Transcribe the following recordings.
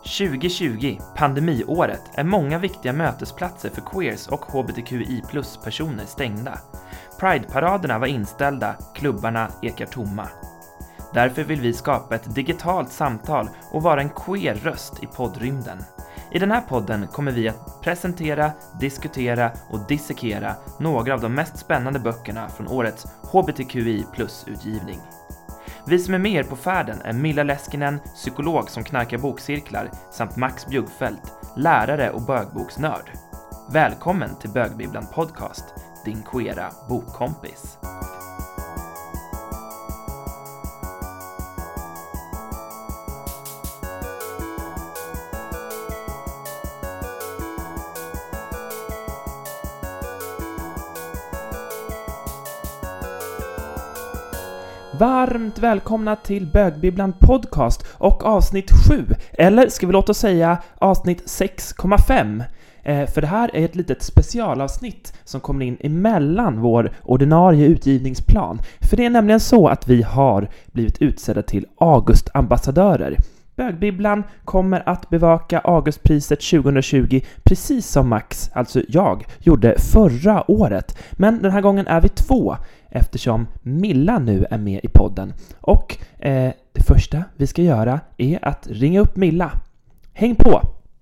2020, pandemiåret, är många viktiga mötesplatser för queers och hbtqi+-personer stängda. Pride-paraderna var inställda, klubbarna ekar tomma. Därför vill vi skapa ett digitalt samtal och vara en queer-röst i poddrymden. I den här podden kommer vi att presentera, diskutera och dissekera några av de mest spännande böckerna från årets hbtqi+-utgivning. Vi som är med er på färden är Milla Leskinen, psykolog som knarkar bokcirklar, samt Max Bjuggfeldt, lärare och bögboksnörd. Välkommen till Bögbibblan podcast, din queera bokkompis. Varmt välkomna till Bögbibblan podcast och avsnitt 7, eller ska vi låta oss säga avsnitt 6,5. För det här är ett litet specialavsnitt som kommer in emellan vår ordinarie utgivningsplan. För det är nämligen så att vi har blivit utsedda till Augustambassadörer. Bögbibblan kommer att bevaka Augustpriset 2020 precis som Max, alltså jag, gjorde förra året. Men den här gången är vi 2 eftersom Milla nu är med i podden. Och det första vi ska göra är att ringa upp Milla. Häng på!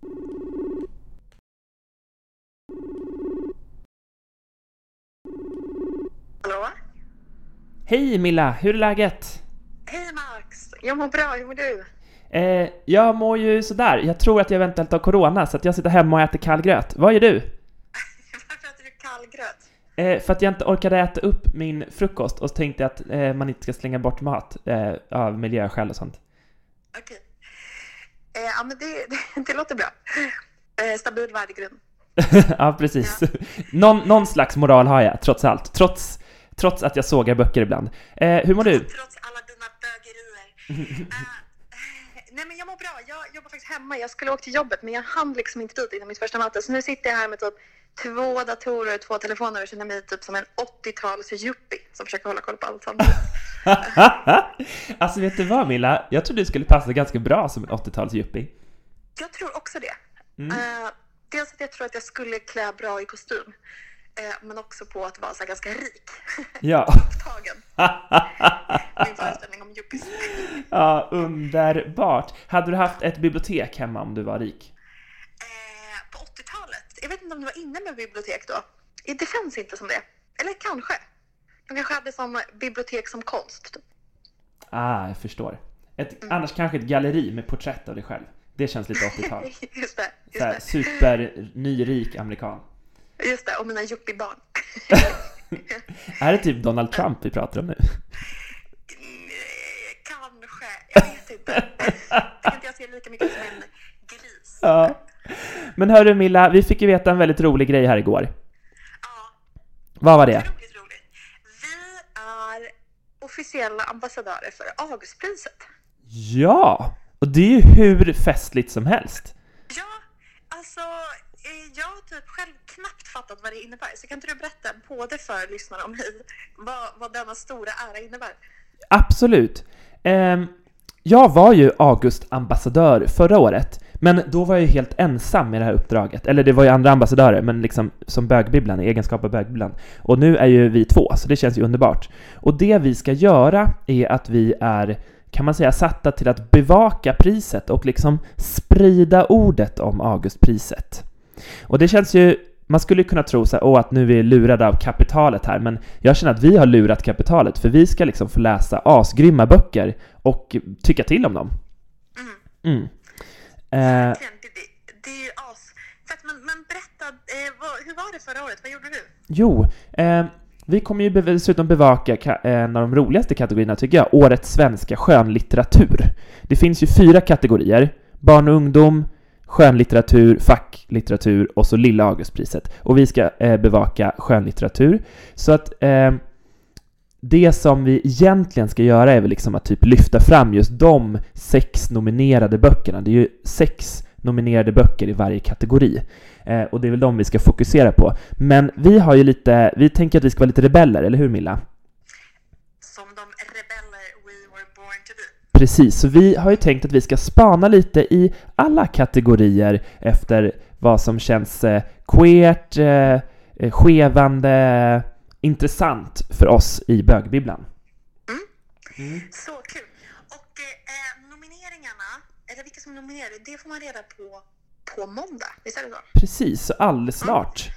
Hallå? Hej Milla, hur är läget? Hej Max, jag mår bra, hur mår du? Jag mår ju sådär. Jag tror att jag eventuellt har corona så att jag sitter hemma och äter kallgröt. Vad gör du? Varför äter du kallgröt? För att jag inte orkade äta upp min frukost och så tänkte jag att man inte ska slänga bort mat av miljöskäl och sånt. Okej. Ja, men det låter bra. Stabil värdegrund. Ja, precis. Ja. Någon slags moral har jag, trots allt. Trots att jag sågar böcker ibland. Hur mår du? Trots alla dina bögerier. Nej, men jag mår bra. Jag jobbar faktiskt hemma. Jag skulle åka till jobbet, men jag hann liksom inte dit innan mitt första möte. Så nu sitter jag här med typ 2 datorer och 2 telefoner och känner mig typ som en 80-tals yuppie som försöker hålla koll på allt samtidigt. Alltså vet du vad Milla? Jag tror du skulle passa ganska bra som en 80-tals yuppie. Jag tror också det. Dels att jag tror att jag skulle klä bra i kostym. Men också på att vara så här ganska rik. Ja. Upptagen. Min föreställning om yuppies. Ja, underbart. Hade du haft ett bibliotek hemma om du var rik? På 80-talet. Jag vet inte om du var inne med bibliotek då. Det känns inte som det. Eller kanske. De kanske hade som bibliotek som konst. Typ. Jag förstår. Annars kanske ett galleri med porträtt av dig själv. Det känns lite 80-tal. Just det. Super nyrik amerikan. Just det, och mina yuppie-barn. Är det typ Donald Trump vi pratar om nu? Kanske, jag vet inte. Jag ser lika mycket som en gris. Ja. Men hörru Milla, vi fick ju veta en väldigt rolig grej här igår. Ja. Vad var det? Roligt. Vi är officiella ambassadörer för Augustpriset. Ja, och det är ju hur festligt som helst. Ja, alltså jag har typ själv knappt fattat vad det innebär. Så kan inte du berätta både för lyssnarna och mig vad denna stora ära innebär? Absolut. Jag var ju Augustambassadör förra året. Men då var jag ju helt ensam i det här uppdraget. Eller det var ju andra ambassadörer, men liksom som Bögbibblan, i egenskap av Bögbibblan. Och nu är ju vi 2, så det känns ju underbart. Och det vi ska göra är att vi är, kan man säga, satta till att bevaka priset och liksom sprida ordet om Augustpriset. Och det känns ju, man skulle kunna tro så här, att nu är vi lurade av kapitalet här, men jag känner att vi har lurat kapitalet, för vi ska liksom få läsa asgrymma böcker och tycka till om dem. Det är ju asfett, men berätta, hur var det förra året? Vad gjorde du? Jo, vi kommer ju dessutom bevaka en av de roligaste kategorierna tycker jag, årets svenska skönlitteratur. Det finns ju 4 kategorier, barn och ungdom, skönlitteratur, facklitteratur och så Lilla Augustpriset. Och vi ska bevaka skönlitteratur. Så att det som vi egentligen ska göra är väl liksom att typ lyfta fram just de 6 nominerade böckerna. Det är ju 6 nominerade böcker i varje kategori. Och det är väl de vi ska fokusera på. Men vi tänker att vi ska vara lite rebeller, eller hur Milla? Som de rebeller we were born to be. Precis, så vi har ju tänkt att vi ska spana lite i alla kategorier efter vad som känns queert, skevande, intressant för oss i bögbibblan. Så kul. Och nomineringarna, eller vilka som nominerar, det får man reda på måndag. Visst är det så? Precis, så alldeles snart.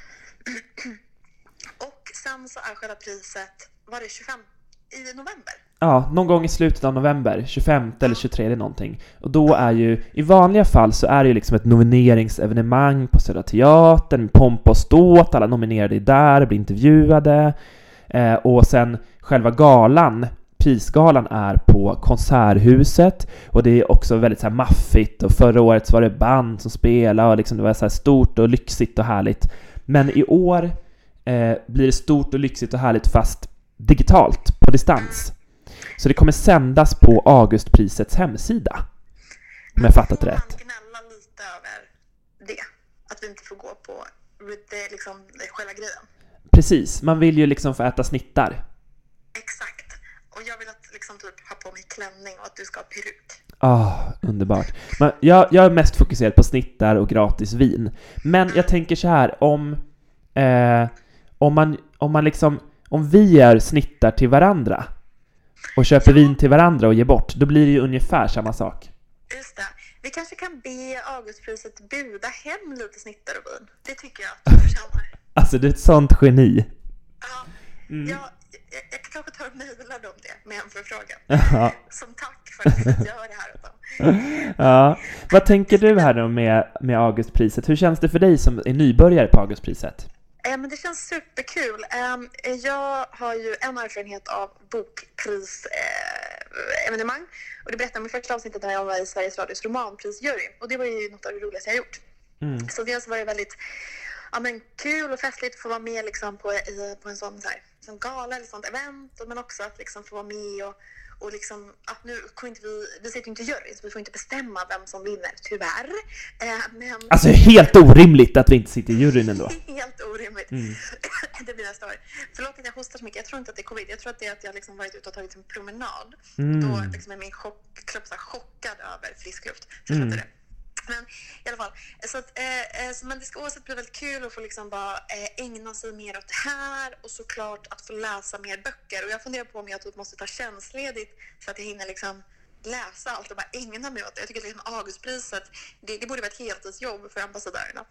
Och sen så är själva priset, var det 25 i november? Ja, någon gång i slutet av november, 25 eller 23 eller någonting. Och då är ju, i vanliga fall så är det ju liksom ett nomineringsevenemang på Södra Teatern, med pomp och ståt, alla nominerade är där, blir intervjuade. Och sen själva galan, prisgalan, är på Konserthuset, och det är också väldigt så här maffigt, och förra året så var det band som spelade och liksom det var så här stort och lyxigt och härligt. Men i år blir det stort och lyxigt och härligt fast digitalt, på distans. Så det kommer sändas på Augustprisets hemsida, om jag fattat rätt. Man gnälla lite över det, att vi inte får gå på det, liksom, själva grejen. Precis, man vill ju liksom få äta snittar. Exakt. Och jag vill att liksom typ ha på mig klänning och att du ska ha peruk. Underbart. Men jag är mest fokuserad på snittar och gratis vin. Men jag tänker så här, om vi gör snittar till varandra och köper vin till varandra och ger bort, då blir det ju ungefär samma sak. Just det. Vi kanske kan be Augustpriset buda hem lite snittar och vin. Det tycker jag att du förtjänar. Alltså, du är ett sånt geni. Ja, jag kanske tar och mejlar dem det med en förfrågan. Ja. Som tack för att du gör det här åt dem. Ja. Vad tänker du här då med Augustpriset? Hur känns det för dig som är nybörjare på Augustpriset? Men det känns superkul. Jag har ju en erfarenhet av bokpris-evenemang. Och det berättade min första avsnittet när jag var i Sveriges Radios romanprisjury. Och det var ju något av det roligaste jag gjort. Så dels var det väldigt kul och festligt att få vara med liksom, på en sån här, som gala eller sånt event. Men också att liksom, få vara med och liksom, att nu kommer inte vi sitter inte i jury, så vi får inte bestämma vem som vinner, tyvärr. Men alltså helt orimligt att vi inte sitter i juryn ändå. Helt orimligt. Det blir nästa år. Förlåt att jag hostar så mycket, jag tror inte att det är covid. Jag tror att det är att jag liksom varit ute och tagit en promenad. Då liksom är min kropp så här chockad över frisk luft. Så jag det. Men i alla fall, men det ska oavsett bli väldigt kul att få liksom bara ägna sig mer åt det här, och såklart att få läsa mer böcker. Och jag funderar på om jag typ måste ta tjänstledigt så att jag hinner liksom läsa allt och bara ägna mig åt det. Jag tycker att liksom Augustpriset, det borde vara ett heltidsjobb för ambassadörerna.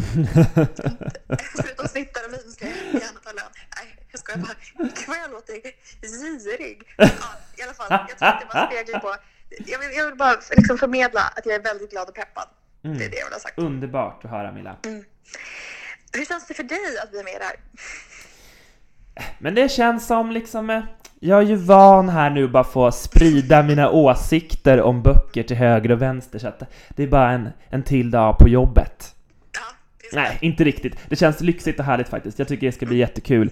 Förutom snittar och vin ska jag gärna ta lön. Nej, jag skojar bara. Jag låter girig. Ja, i alla fall, jag tror att det bara speglar på. Jag vill bara liksom förmedla att jag är väldigt glad och peppad. Det är det jag vill ha sagt. Underbart att höra, Milla. Hur känns det för dig att vi är med där? Men det känns som liksom, jag är ju van här nu bara få sprida mina åsikter om böcker till höger och vänster, så att det är bara en till dag på jobbet. Ja, nej, inte riktigt. Det känns lyxigt och härligt faktiskt. Jag tycker det ska bli jättekul.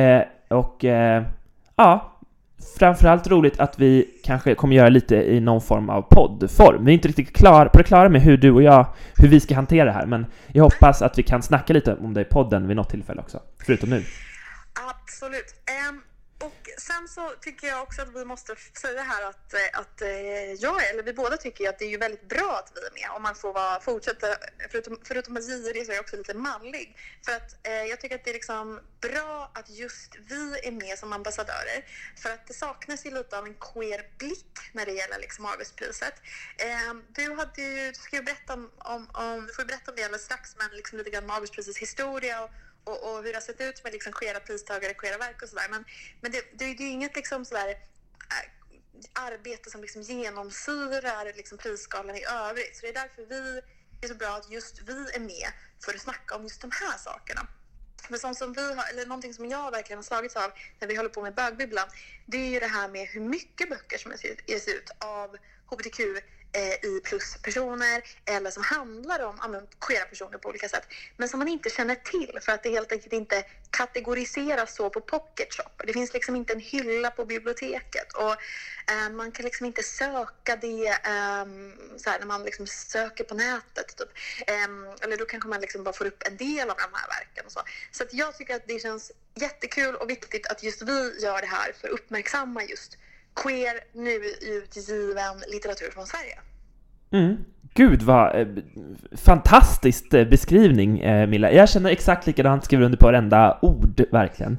Framförallt roligt att vi kanske kommer göra lite i någon form av poddform. Vi är inte riktigt på det klara med hur vi ska hantera det här, men jag hoppas att vi kan snacka lite om det i podden vid något tillfälle också, förutom nu. Absolut. Och sen så tycker jag också att vi måste säga här att vi båda tycker att det är ju väldigt bra att vi är med, om man får fortsätta, förutom att Jiri så är jag också lite manlig. För att jag tycker att det är liksom bra att just vi är med som ambassadörer, för att det saknas ju lite av en queer blick när det gäller liksom Augustpriset. Du ska ju berätta du får berätta om det alldeles strax, men liksom lite grann om Augustprisets historia och hur det har sett ut med liksom queera pristagare, queera verk och sådär. Men det är ju inget liksom sådär arbete som liksom genomsyrar liksom prisskalan i övrigt. Så det är därför det är så bra att just vi är med för att snacka om just de här sakerna. Men sånt som någonting som jag verkligen har slagits av när vi håller på med bögbibblan, det är ju det här med hur mycket böcker som ges ut av HBTQ i plus-personer, eller som handlar om queera personer på olika sätt, men som man inte känner till för att det helt enkelt inte kategoriseras så på Pocket Shop. Det finns liksom inte en hylla på biblioteket, och man kan liksom inte söka det så här, när man liksom söker på nätet typ. Eller då kanske man liksom bara får upp en del av de här verken och så. Så att jag tycker att det känns jättekul och viktigt att just vi gör det här för att uppmärksamma just queer, nu utgiven litteratur från Sverige. Gud vad fantastisk beskrivning, Milla. Jag känner exakt likadant, skriver under på varenda ord, verkligen.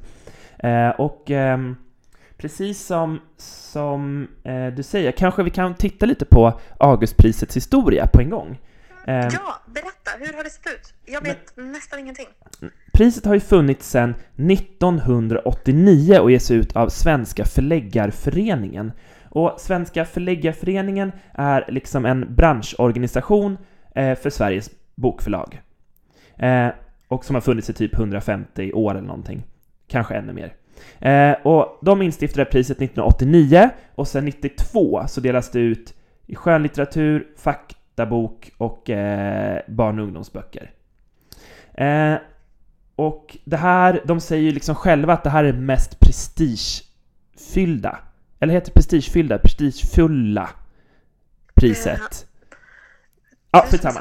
Precis som du säger, kanske vi kan titta lite på Augustprisets historia på en gång. Ja, berätta. Hur har det sett ut? Jag vet nästan ingenting. Priset har ju funnits sedan 1989 och ges ut av Svenska förläggarföreningen. Och Svenska förläggarföreningen är liksom en branschorganisation för Sveriges bokförlag. Och som har funnits i typ 150 år eller någonting. Kanske ännu mer. Och de instiftade priset 1989 och sen 92 så delas det ut i skönlitteratur, faktabok och barn- och ungdomsböcker. Och det här, de säger ju liksom själva att det här är mest prestigefyllda. Eller heter prestigefulla priset. Ja, skitsamma.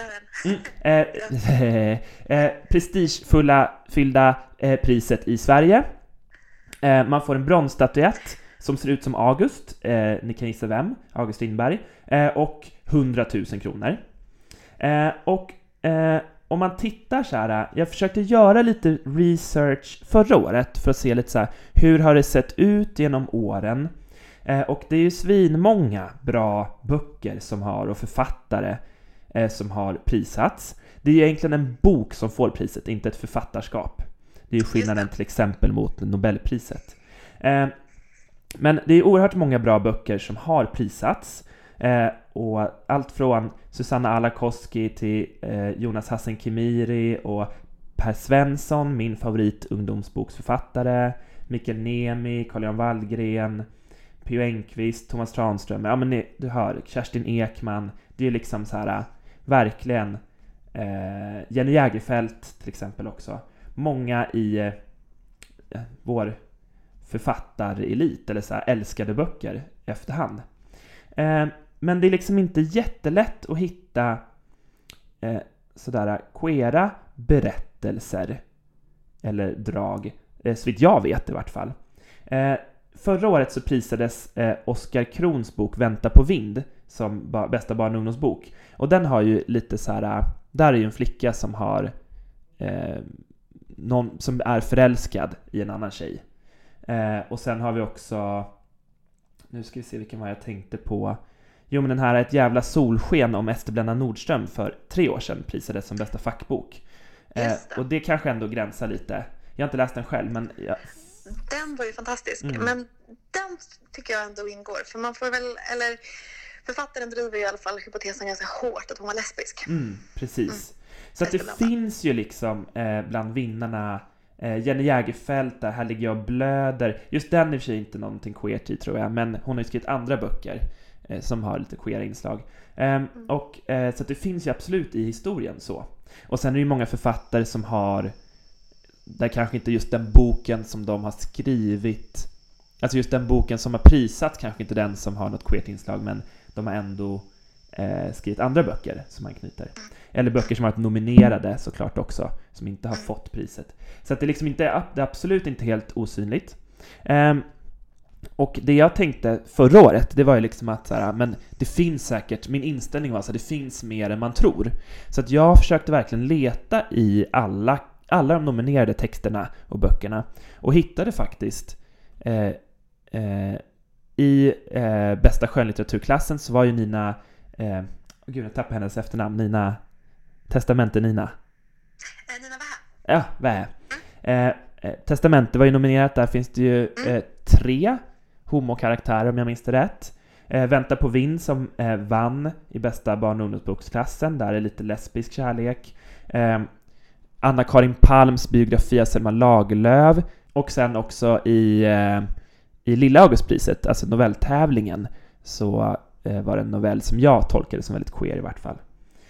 Prestigefulla priset i Sverige. Man får en bronsstatyett som ser ut som August. Ni kan gissa vem? August Strindberg. Och 100 000 kronor. Om man tittar så här, jag försökte göra lite research förra året för att se lite så här, hur har det sett ut genom åren? Och det är ju svinmånga bra böcker som har, och författare som har prisats. Det är ju egentligen en bok som får priset, inte ett författarskap. Det är ju skillnaden till exempel mot Nobelpriset. Men det är oerhört många bra böcker som har prisats. Och allt från Susanna Alakoski till Jonas Hassan Khemiri och Per Svensson, min favorit ungdomsboksförfattare, Mikael Niemi, Carl-Johan Wallgren, P.O. Enquist, Thomas Tranström, ja men du hör, Kerstin Ekman, det är liksom så här verkligen Jenny Jägerfeld till exempel också. Många i vår författarelit eller så här älskade böcker efterhand. Men det är liksom inte jättelätt att hitta sådär queera berättelser eller drag, så vitt jag vet i vart fall. Förra året så prisades Oskar Krons bok Vänta på vind som bästa barn- och ungdomsbok. Och den har ju lite så här, där är ju en flicka som har någon som är förälskad i en annan tjej. Och sen har vi också, nu ska vi se vilken var jag tänkte på. Jo, men den här är Ett jävla solsken om Ester Blenda Nordström för 3 år sedan prisades som bästa fackbok. Och det kanske ändå gränsar lite. Jag har inte läst den själv, men den var ju fantastisk. Men den tycker jag ändå ingår. För man får väl, eller författaren driver ju i alla fall hypotesen ganska hårt att hon var lesbisk. Precis. Så att det finns ju liksom bland vinnarna Jenny Jägerfeld, där Här ligger jag och blöder. Just den är i och för sig inte någonting queert i, tror jag. Men hon har ju skrivit andra böcker som har lite queera inslag. Så att det finns ju absolut i historien så. Och sen är det ju många författare som har, där kanske inte just den boken som de har skrivit, alltså just den boken som har prisat, kanske inte den som har något queert inslag, men de har ändå skrivit andra böcker som man knyter. Eller böcker som har varit nominerade såklart också, som inte har fått priset. Så att det liksom inte det är absolut inte helt osynligt. Och det jag tänkte förra året, det var ju liksom att så här, men det finns säkert, min inställning var så att det finns mer än man tror. Så att jag försökte verkligen leta i alla de nominerade texterna och böckerna och hittade faktiskt i bästa skönlitteraturklassen så var ju Nina, gud jag tappade hennes efternamn, Nina Testamente Nina Wähä. Ja, Wähä. Testamente var ju nominerat, där finns det ju 3 homokaraktärer om jag minns det rätt. Vänta på vind som vann i bästa barn- och ungdomsboksklassen, där är lite lesbisk kärlek. Anna-Karin Palms biografi av Selma Lagerlöf, och sen också i Lilla Augustpriset, alltså novelltävlingen, så var det en novell som jag tolkade som väldigt queer i vart fall.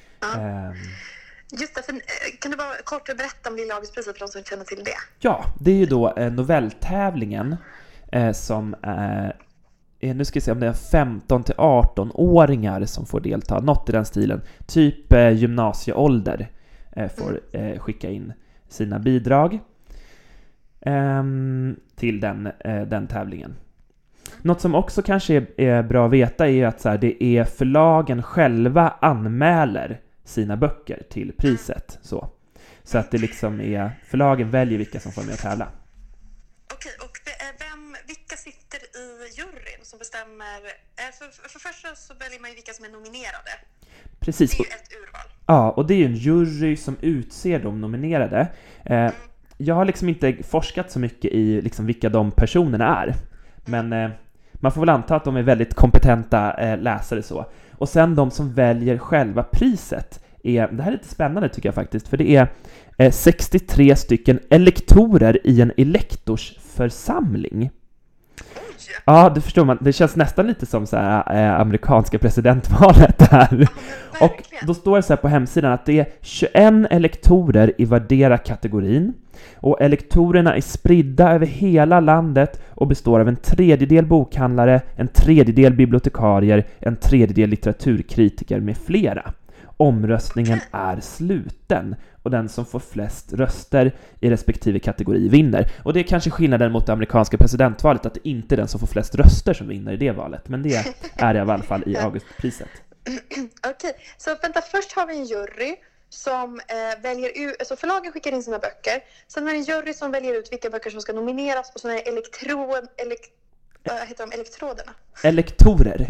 Just det, kan du bara kort berätta om Lilla Augustpriset för de som inte känner till det? Ja, det är ju då novelltävlingen som nu ska vi se om det är 15-18-åringar som får delta, något i den stilen, typ gymnasieålder får skicka in sina bidrag till den tävlingen. Något som också kanske är bra att veta är att så här, det är förlagen själva anmäler sina böcker till priset. Så att det liksom är förlagen väljer vilka som får med att tävla. Okej, och vilka sitter i juryn som bestämmer? För första så väljer man ju vilka som är nominerade. Precis. Det är ju ett urval. Ja, och det är ju en jury som utser de nominerade. Jag har liksom inte forskat så mycket i liksom vilka de personerna är. Men man får väl anta att de är väldigt kompetenta läsare så. Och sen de som väljer själva priset det här är lite spännande tycker jag faktiskt. För det är 63 stycken elektorer i en elektorsförsamling. Ja, det förstår man. Det känns nästan lite som så här amerikanska presidentvalet här. Och då står det så här på hemsidan att det är 21 elektorer i vardera kategorin. Och elektorerna är spridda över hela landet och består av en tredjedel bokhandlare, en tredjedel bibliotekarier, en tredjedel litteraturkritiker med flera. Omröstningen är sluten och den som får flest röster i respektive kategori vinner. Och det är kanske skillnaden mot det amerikanska presidentvalet, att det inte är den som får flest röster som vinner i det valet. Men det är det i alla fall i Augustpriset. Okej, så vänta, först har vi en jury som väljer ut, alltså förlagen skickar in sina böcker. Sen är det en jury som väljer ut vilka böcker som ska nomineras och sen är det elektroderna? Elektorerna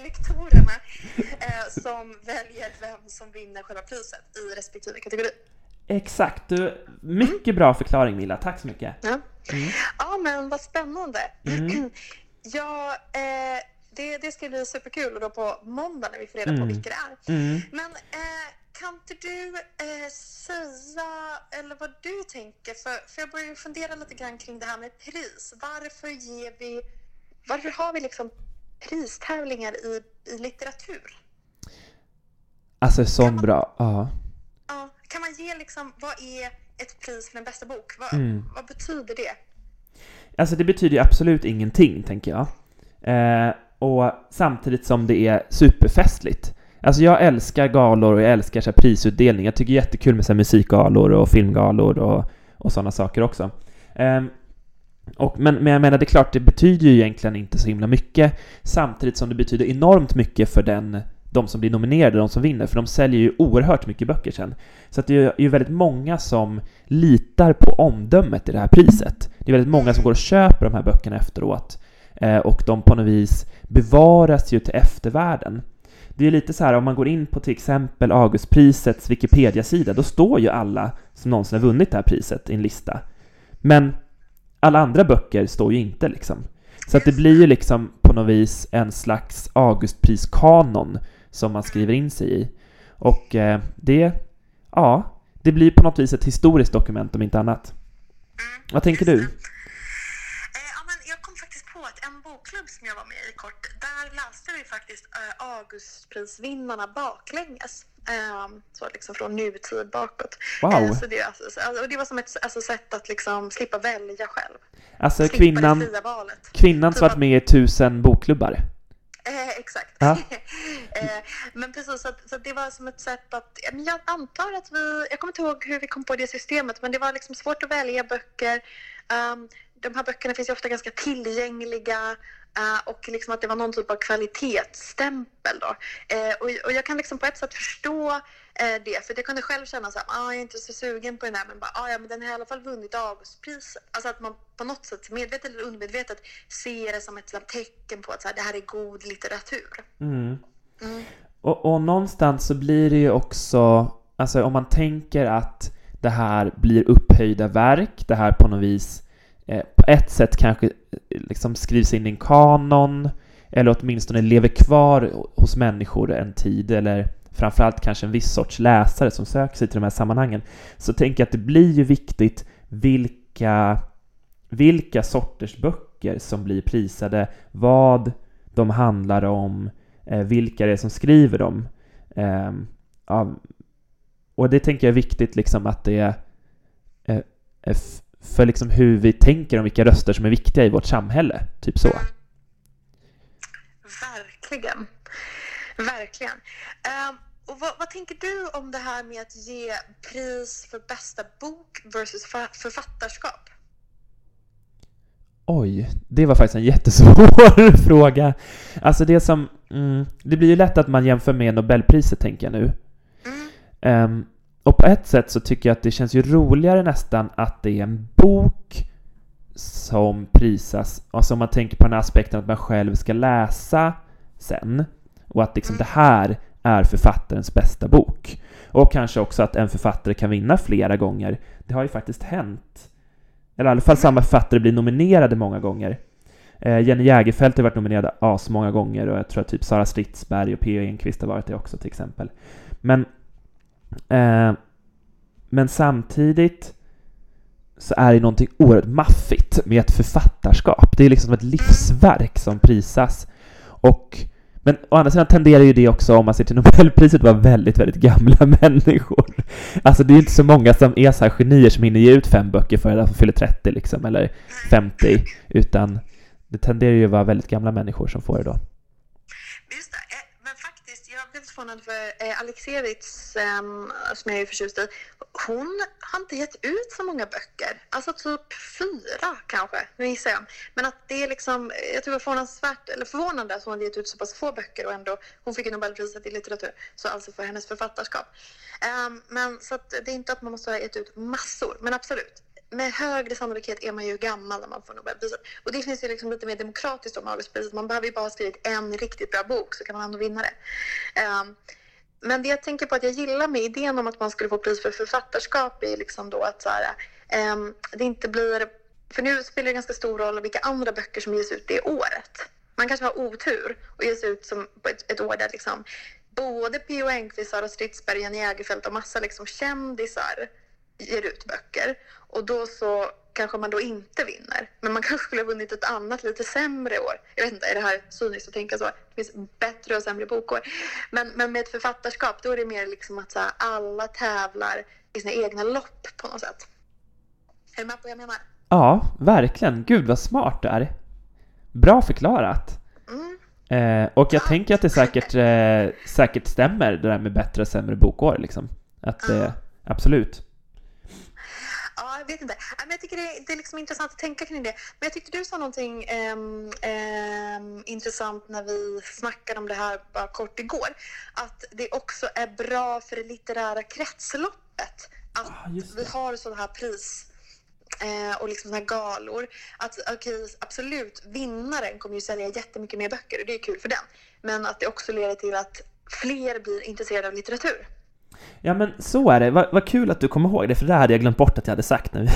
som väljer vem som vinner själva priset i respektive kategori. Exakt, mycket bra förklaring Milla, tack så mycket. Ja men vad spännande. Ja, det ska bli superkul då på måndag när vi får reda på vilka det är. Men kan inte du säga eller vad du tänker, för jag börjar fundera lite grann kring det här med pris. Varför har vi liksom pristävlingar i litteratur? Alltså sån bra, ja. Ja, kan man ge liksom, vad är ett pris för den bästa bok? Vad betyder det? Alltså det betyder ju absolut ingenting, tänker jag. Och samtidigt som det är superfestligt. Alltså jag älskar galor och jag älskar så här prisutdelning. Jag tycker det är jättekul med så här musikgalor och filmgalor och sådana saker också. Men jag menar, det är klart, det betyder ju egentligen inte så himla mycket. Samtidigt som det betyder enormt mycket för de som blir nominerade, de som vinner. För de säljer ju oerhört mycket böcker sen. Så att det är ju väldigt många som litar på omdömet i det här priset. Det är väldigt många som går och köper de här böckerna efteråt. Och de på något vis bevaras ju till eftervärlden. Det är lite så här, om man går in på till exempel Augustprisets Wikipedia-sida, då står ju alla som någonsin har vunnit det här priset i en lista. Men alla andra böcker står ju inte liksom. Så att det blir ju liksom på något vis en slags Augustpriskanon som man skriver in sig i. Och det blir på något vis ett historiskt dokument om inte annat. Vad tänker du? Jag kom faktiskt på att en bokklubb som jag var med i kort, där läste vi faktiskt Augustprisvinnarna baklänges. Så liksom från nutid bakåt. Wow. Så det var som ett sätt att liksom slippa välja själv. Alltså kvinnan som varit med i 1000 bokklubbar. Exakt. Ja. Men precis, så det var som ett sätt att, jag antar att jag kommer inte ihåg hur vi kom på det systemet, men det var liksom svårt att välja böcker. De här böckerna finns ju ofta ganska tillgängliga och liksom att det var någon typ av kvalitetsstämpel då. Och jag kan liksom på ett sätt förstå det, för jag kunde själv känna så här, jag är inte så sugen på den här, men bara, men den har i alla fall vunnit Augustpriset. Alltså att man på något sätt, medvetet eller undermedvetet, ser det som ett tecken på att så här, det här är god litteratur. Och någonstans så blir det ju också, alltså om man tänker att det här blir upphöjda verk, det här på något vis på ett sätt kanske liksom skrivs in i en kanon, eller åtminstone lever kvar hos människor en tid, eller framförallt kanske en viss sorts läsare som söker sig till de här sammanhangen, så tänker jag att det blir ju viktigt vilka sorters böcker som blir prisade, vad de handlar om, vilka det är som skriver dem. Och det tänker jag är viktigt liksom, att det är för liksom hur vi tänker om vilka röster som är viktiga i vårt samhälle, typ så. Verkligen. Och vad tänker du om det här med att ge pris för bästa bok versus författarskap? Oj, det var faktiskt en jättesvår fråga. Alltså det blir ju lätt att man jämför med Nobelpriset, tänker jag nu. Och på ett sätt så tycker jag att det känns ju roligare nästan att det är en bok som prisas. Alltså om man tänker på den aspekten att man själv ska läsa sen. Och att liksom det här är författarens bästa bok. Och kanske också att en författare kan vinna flera gånger. Det har ju faktiskt hänt. Eller i alla fall samma författare blir nominerade många gånger. Jenny Jägerfeld har varit nominerad många gånger. Och jag tror att typ Sara Stridsberg och P.O. Enquist har varit det också till exempel. Men samtidigt så är det någonting oerhört maffigt med ett författarskap. Det är liksom ett livsverk som prisas. Men å andra sidan tenderar ju det också, om man ser till Nobelpriset, var väldigt, väldigt gamla människor. Alltså det är inte så många som är så här genier som hinner ge ut 5 böcker för att de fyller 30 liksom, eller 50, utan det tenderar ju att vara väldigt gamla människor som får det då. Just det, men faktiskt, jag blev förvånad för Alexievich, som jag är förtjust i, hon har inte gett ut så många böcker. Alltså typ 4 kanske, nu gissar jag. Men att det är liksom, jag tror det var förvånande att hon hade gett ut så pass få böcker och ändå, hon fick ju Nobelpriset i litteratur, så alltså för hennes författarskap. Men så att det är inte att man måste ha gett ut massor, men absolut. Med högre sannolikhet är man ju gammal när man får Nobelpriset. Och det finns ju liksom lite mer demokratiskt om Augustpriset. Man behöver ju bara ha skrivit en riktigt bra bok så kan man ändå vinna det. Men det jag tänker på att jag gillar med idén om att man skulle få pris för författarskap är liksom då att så här, det inte blir... För nu spelar det ganska stor roll vilka andra böcker som ges ut det året. Man kanske har otur och ges ut som på ett år där liksom både P.O. Enquist, Sara Stridsberg, Jenny Jägerfeld och massa liksom kändisar ger ut böcker. Och då så kanske man då inte vinner. Men man kanske skulle ha vunnit ett annat lite sämre år. Jag vet inte, är det här cyniskt att tänka så? Det finns bättre och sämre bokår. Men med ett författarskap då är det mer liksom att så här, alla tävlar i sina egna lopp på något sätt. Är du med på vad jag menar? Ja, verkligen. Gud vad smart det är. Bra förklarat. Och jag tänker att det säkert stämmer det där med bättre och sämre bokår liksom. Att absolut. Ja, jag vet inte. Men jag tycker det är liksom intressant att tänka kring det. Men jag tyckte du sa någonting intressant när vi snackade om det här bara kort igår. Att det också är bra för det litterära kretsloppet. Att vi har sådana här pris och liksom sådana här galor. Att okej, absolut, vinnaren kommer ju sälja jättemycket mer böcker och det är kul för den. Men att det också leder till att fler blir intresserade av litteratur. Ja, men så är det. Vad kul att du kommer ihåg det, för det hade jag glömt bort att jag hade sagt nu.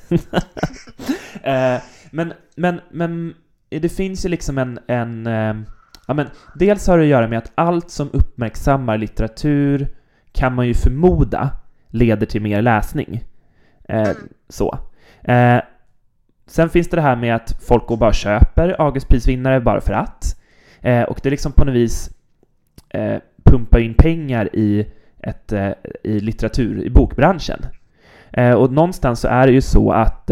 Men det finns ju liksom dels har det att göra med att allt som uppmärksammar litteratur kan man ju förmoda leder till mer läsning. Sen finns det här med att folk går bara köper Augustprisvinnare bara för att. Och det liksom på något vis pumpar in pengar i litteratur, i bokbranschen. Och någonstans så är det ju så att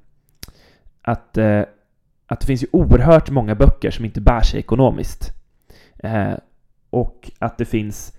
det finns ju oerhört många böcker som inte bär sig ekonomiskt. Och att det finns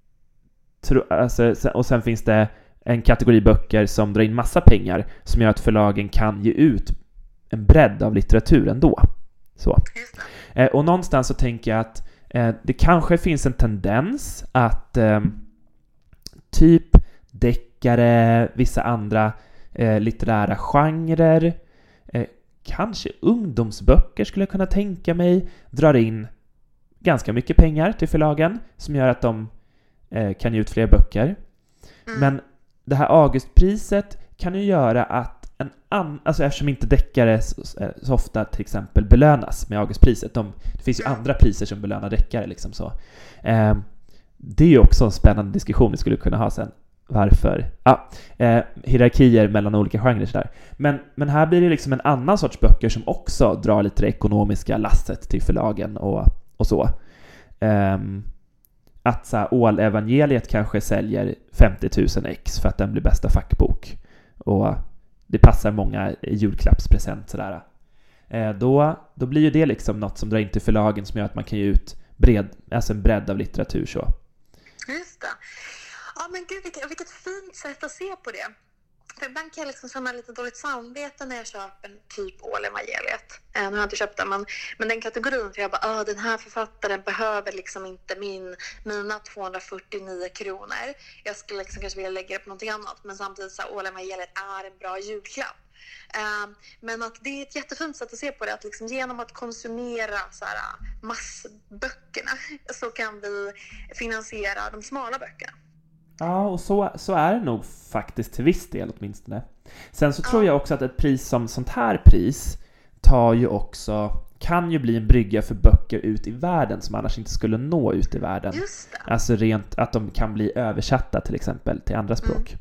och sen finns det en kategori böcker som drar in massa pengar som gör att förlagen kan ge ut en bredd av litteratur ändå. Så. Och någonstans så tänker jag att det kanske finns en tendens att typ deckare, vissa andra litterära genrer, kanske ungdomsböcker skulle jag kunna tänka mig, drar in ganska mycket pengar till förlagen som gör att de kan ge ut fler böcker. Men det här Augustpriset kan ju göra att alltså eftersom inte deckare så ofta till exempel belönas med Augustpriset. Det finns ju andra priser som belönar deckare liksom så. Det är ju också en spännande diskussion vi skulle kunna ha sen. Varför? Hierarkier mellan olika genrer sådär. Men här blir det liksom en annan sorts böcker som också drar lite det ekonomiska lasset till förlagen och så. Att så Ål-evangeliet kanske säljer 50 000 ex för att den blir bästa fackbok. Och det passar många i julklappspresent sådär. Då blir ju det liksom något som drar in till förlagen som gör att man kan ge ut en bredd av litteratur så. Just det. Ja, men gud, vilket fint sätt att se på det. För ibland kan jag liksom känna lite dåligt samvete när jag köper typ Åhlevangeliet. Nu har jag inte köpt den, men den kategorin, för jag bara, den här författaren behöver liksom inte mina 249 kronor. Jag skulle liksom kanske vilja lägga det på någonting annat, men samtidigt så Åhlevangeliet är en bra julklapp. Men att det är ett jättefint sätt att se på det, att liksom genom att konsumera så här massböckerna så kan vi finansiera de smala böckerna. Ja, och så är det nog faktiskt till viss del åtminstone. Sen så tror jag också att ett pris som sånt här pris kan ju bli en brygga för böcker ut i världen som annars inte skulle nå ut i världen. Just det. Alltså rent att de kan bli översatta till exempel till andra språk.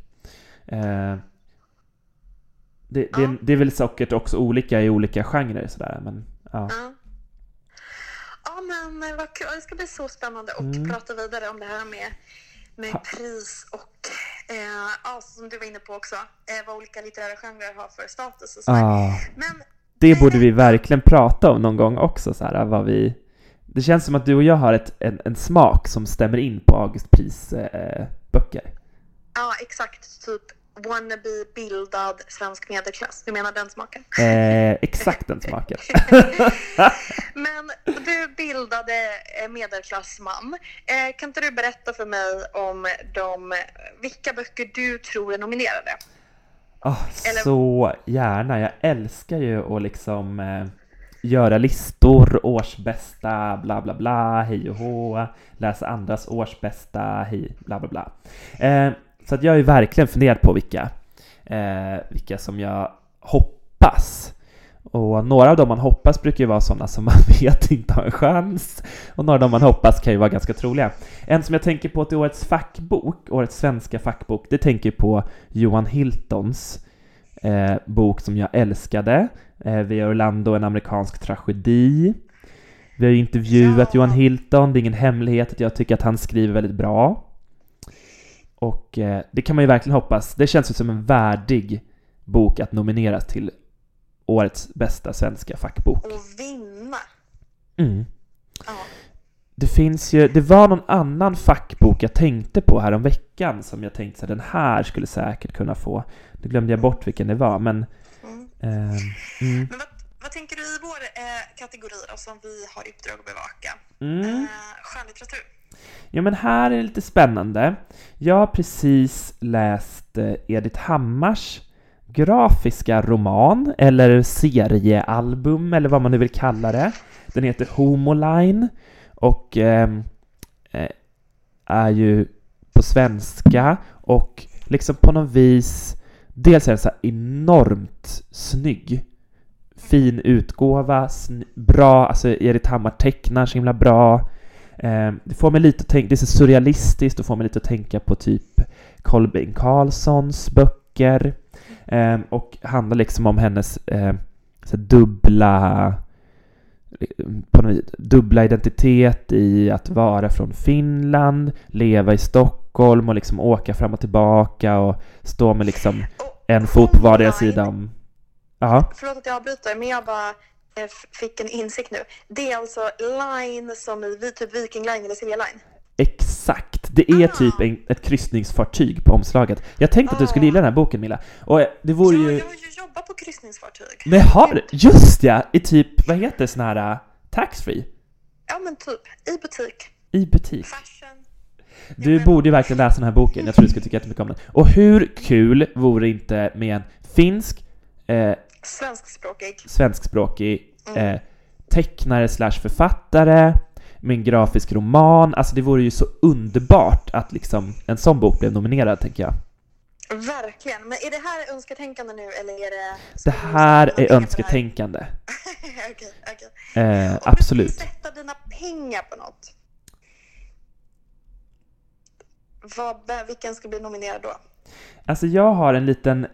Det är väl säkert också olika i olika genrer sådär, men ja. Ja, men vad kul. Det ska bli så spännande att prata vidare om det här med pris och som du var inne på också, vad olika litterära genrer har för status och så. Men det borde vi verkligen prata om någon gång också, så här, det känns som att du och jag har en smak som stämmer in på August Pris böcker. Ja, exakt, typ wannabe bildad svensk medelklass. Du menar den smaken? Exakt den smaken. Men du bildade medelklassman. Kan inte du berätta för mig om vilka böcker du tror är nominerade? Så gärna. Jag älskar ju att liksom göra listor, årsbästa, bla bla bla, hej och hå, läsa andras årsbästa, hej, bla bla bla. Så att jag är verkligen funderat på vilka som jag hoppas. Och några av dem man hoppas brukar ju vara sådana som man vet inte har en chans. Och några av dem man hoppas kan ju vara ganska troliga. En som jag tänker på till årets svenska fackbok, det tänker på Johan Hiltons bok som jag älskade. Via Orlando, en amerikansk tragedi. Vi har ju intervjuat Johan Hilton, det är ingen hemlighet att jag tycker att han skriver väldigt bra. Och det kan man ju verkligen hoppas. Det känns ju som en värdig bok att nomineras till årets bästa svenska fackbok. Och vinna. Det var någon annan fackbok jag tänkte på här om veckan som jag tänkte så den här skulle säkert kunna få. Nu glömde jag bort vilken det var, men Men vad tänker du i vår kategori då, som vi har uppdrag att bevaka? Skönlitteratur. Ja, men här är det lite spännande. Jag har precis läst Edith Hammars grafiska roman eller seriealbum eller vad man nu vill kalla det. Den heter Homoline och är ju på svenska och liksom på något vis dels är den så här enormt snygg. Fin utgåva, bra, alltså Edith Hammar tecknar så himla bra. Det får mig lite att tänka, det är så surrealistiskt och får mig lite att tänka på typ Kolbeinn Karlssons böcker. Och handlar liksom om hennes så dubbla identitet i att vara från Finland, leva i Stockholm och liksom åka fram och tillbaka och stå med liksom en fot på vardera sida om. Förlåt att jag avbryter, men jag bara fick en insikt nu. Det är alltså line som i typ Viking Line eller Silja Line. Exakt, det är typ ett kryssningsfartyg på omslaget. Jag tänkte att du skulle gilla den här boken, Milla. Och det vore ju... Jag har ju jobbat på kryssningsfartyg. Men har du? Just ja, i typ, vad heter sån här taxfree? Ja, men typ, i butik. Fashion. Du borde ju verkligen läsa den här boken. Jag tror du skulle tycka jättemycket om den. Och hur kul vore inte med en finsk svenskspråkig tecknare / författare med en grafisk roman. Alltså det vore ju så underbart att liksom en sån bok blev nominerad, tänker jag. Verkligen. Men är det här önsketänkande nu eller är det... Det här är önsketänkande. Okej. Absolut. Om du ska sätta dina pengar på något, vilken ska bli nominerad då? Alltså jag har en liten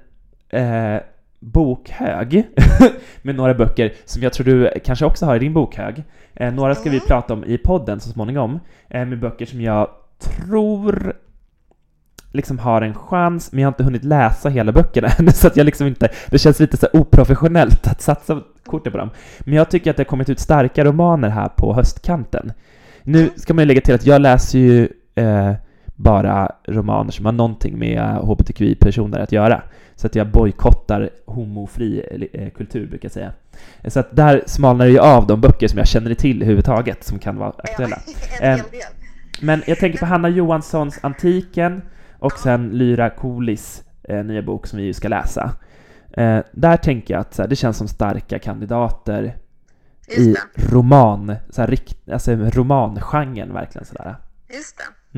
bokhög med några böcker som jag tror du kanske också har i din bokhög. Några ska vi prata om i podden så småningom. Med böcker som jag tror liksom har en chans, men jag har inte hunnit läsa hela böckerna än, så att jag liksom inte, det känns lite så oprofessionellt att satsa kortet på dem. Men jag tycker att det har kommit ut starka romaner här på höstkanten. Nu ska man ju lägga till att jag läser ju bara romaner som har någonting med hbtqi-personer att göra. Så att jag bojkottar homofri kultur, brukar jag säga. Så att där smalnar det ju av de böcker som jag känner till överhuvudtaget som kan vara aktuella. Men jag tänker på Hanna Johanssons Antiken och sen Lyra Kolis nya bok som vi ju ska läsa. Där tänker jag att så här, det känns som starka kandidater i roman, så här, alltså romangenren verkligen sådär. Just det.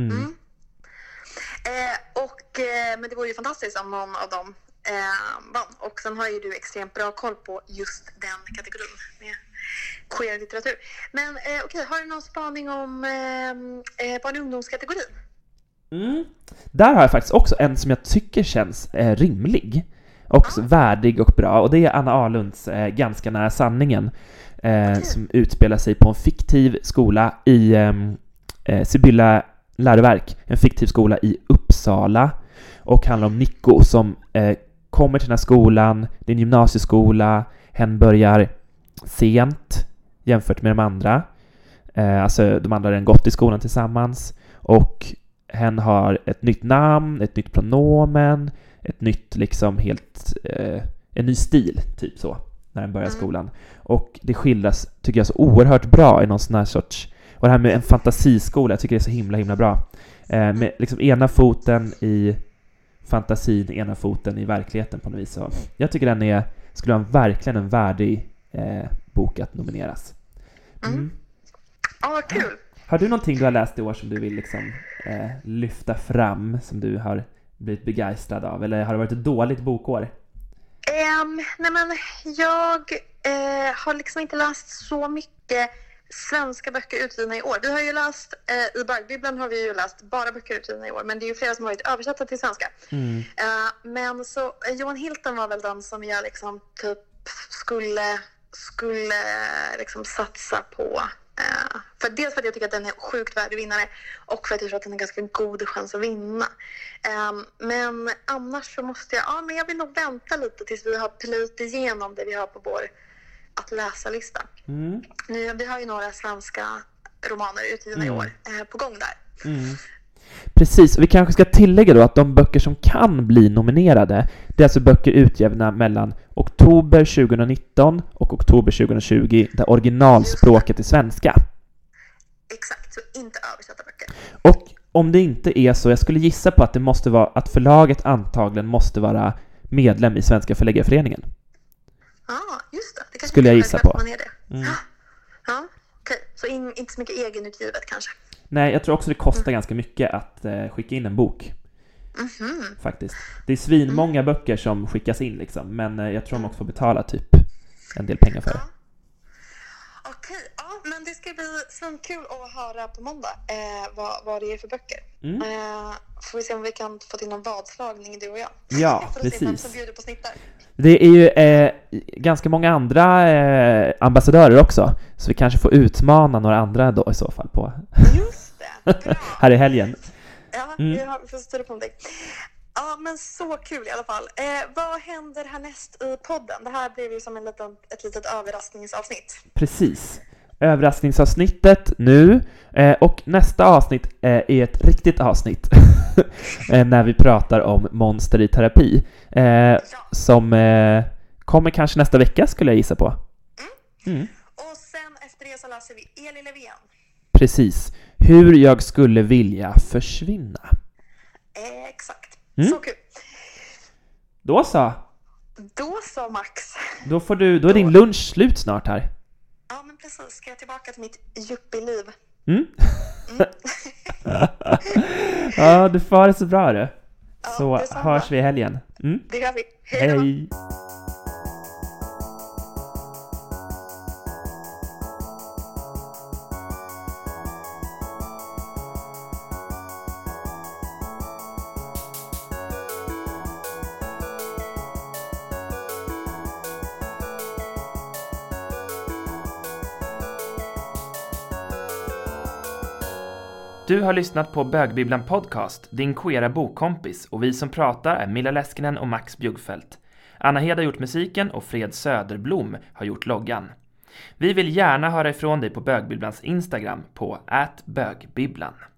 Men det vore ju fantastiskt om någon av dem vann. Och sen har ju du extremt bra koll på just den kategorin med queer-litteratur. Men okej, har du någon spaning om barn- och ungdomskategorin? Där har jag faktiskt också en som jag tycker känns rimlig. Också värdig och bra. Och det är Anna Ahlunds Ganska nära sanningen. Som utspelar sig på en fiktiv skola i Sibylla läroverk. En fiktiv skola i Uppsala. Och handlar om Nico som kommer till den här skolan. Det är en gymnasieskola. Hen börjar sent jämfört med de andra. Alltså de andra har gått i skolan tillsammans. Och hen har ett nytt namn, ett nytt pronomen, ett nytt liksom helt en ny stil typ så när den börjar skolan. Och det skildras, tycker jag, så oerhört bra i någon sån här sorts, och det här med en fantasiskola, jag tycker det är så himla bra. Med liksom ena foten i fantasin, ena foten i verkligheten på något vis. Så jag tycker den skulle vara verkligen en värdig bok att nomineras. Vad kul! Har du någonting du har läst i år som du vill liksom lyfta fram, som du har blivit begeistrad av? Eller har det varit ett dåligt bokår? Nej men jag har liksom inte läst så mycket svenska böcker utgivna i år. Vi har ju läst, i Bögbibeln har vi ju läst bara böcker utgivna i år, men det är ju flera som har varit översatta till svenska. Men så Johan Hilton var väl den som jag liksom typ skulle liksom satsa på. För dels för att jag tycker att den är sjukt värdig vinnare och för att jag tror att den har ganska god chans att vinna. Men annars så måste men jag vill nog vänta lite tills vi har plöjt igenom det vi har på vår att läsa-lista. Vi har ju några svenska romaner utgivna i år på gång där. Precis, och vi kanske ska tillägga då att de böcker som kan bli nominerade, det är alltså böcker utgivna mellan oktober 2019 och oktober 2020, där originalspråket är svenska. Exakt, så inte översatta böcker. Och om det inte är så, jag skulle gissa på att det måste vara att förlaget antagligen måste vara medlem i Svenska förläggarföreningen. Just det. Det skulle jag gissa på. Okej. Så inte så mycket egenutgivet kanske. Nej, jag tror också det kostar ganska mycket att skicka in en bok. Faktiskt. Det är svinmånga böcker som skickas in liksom, men jag tror de också får betala typ en del pengar för det. Okej, men det ska bli svinkul att höra på måndag vad det är för böcker. Får vi se om vi kan få till någon vadslagning, du och jag. Ja, för att se vem precis. som bjuder på snittar. Det är ju ganska många andra ambassadörer också, så vi kanske får utmana några andra då i så fall på. Just det, bra. Här i helgen. Ja, vi får styra på dig. Ja, men så kul i alla fall. Vad händer härnäst i podden? Det här blir ju som ett litet överraskningsavsnitt. Precis. Överraskningsavsnittet nu. Och nästa avsnitt är ett riktigt avsnitt. När vi pratar om monster i terapi. Som kommer kanske nästa vecka, skulle jag gissa på. Och sen efter det så läser vi Elin Löfven. Precis. Hur jag skulle vilja försvinna. Exakt. Så kul. Då så, Max. Då är din lunch slut snart här. Ja, men precis. Ska jag tillbaka till mitt yuppie-liv? Ja, du får det så bra du. Ja, så hörs vi i helgen. Det gör vi. Hej då. Hej. Du har lyssnat på Bögbibblan Podcast, din queera bokkompis, och vi som pratar är Milla Läskinen och Max Bjuggfeldt. Anna Hed har gjort musiken och Fred Söderblom har gjort loggan. Vi vill gärna höra ifrån dig på Bögbibblans Instagram på @bögbibblan.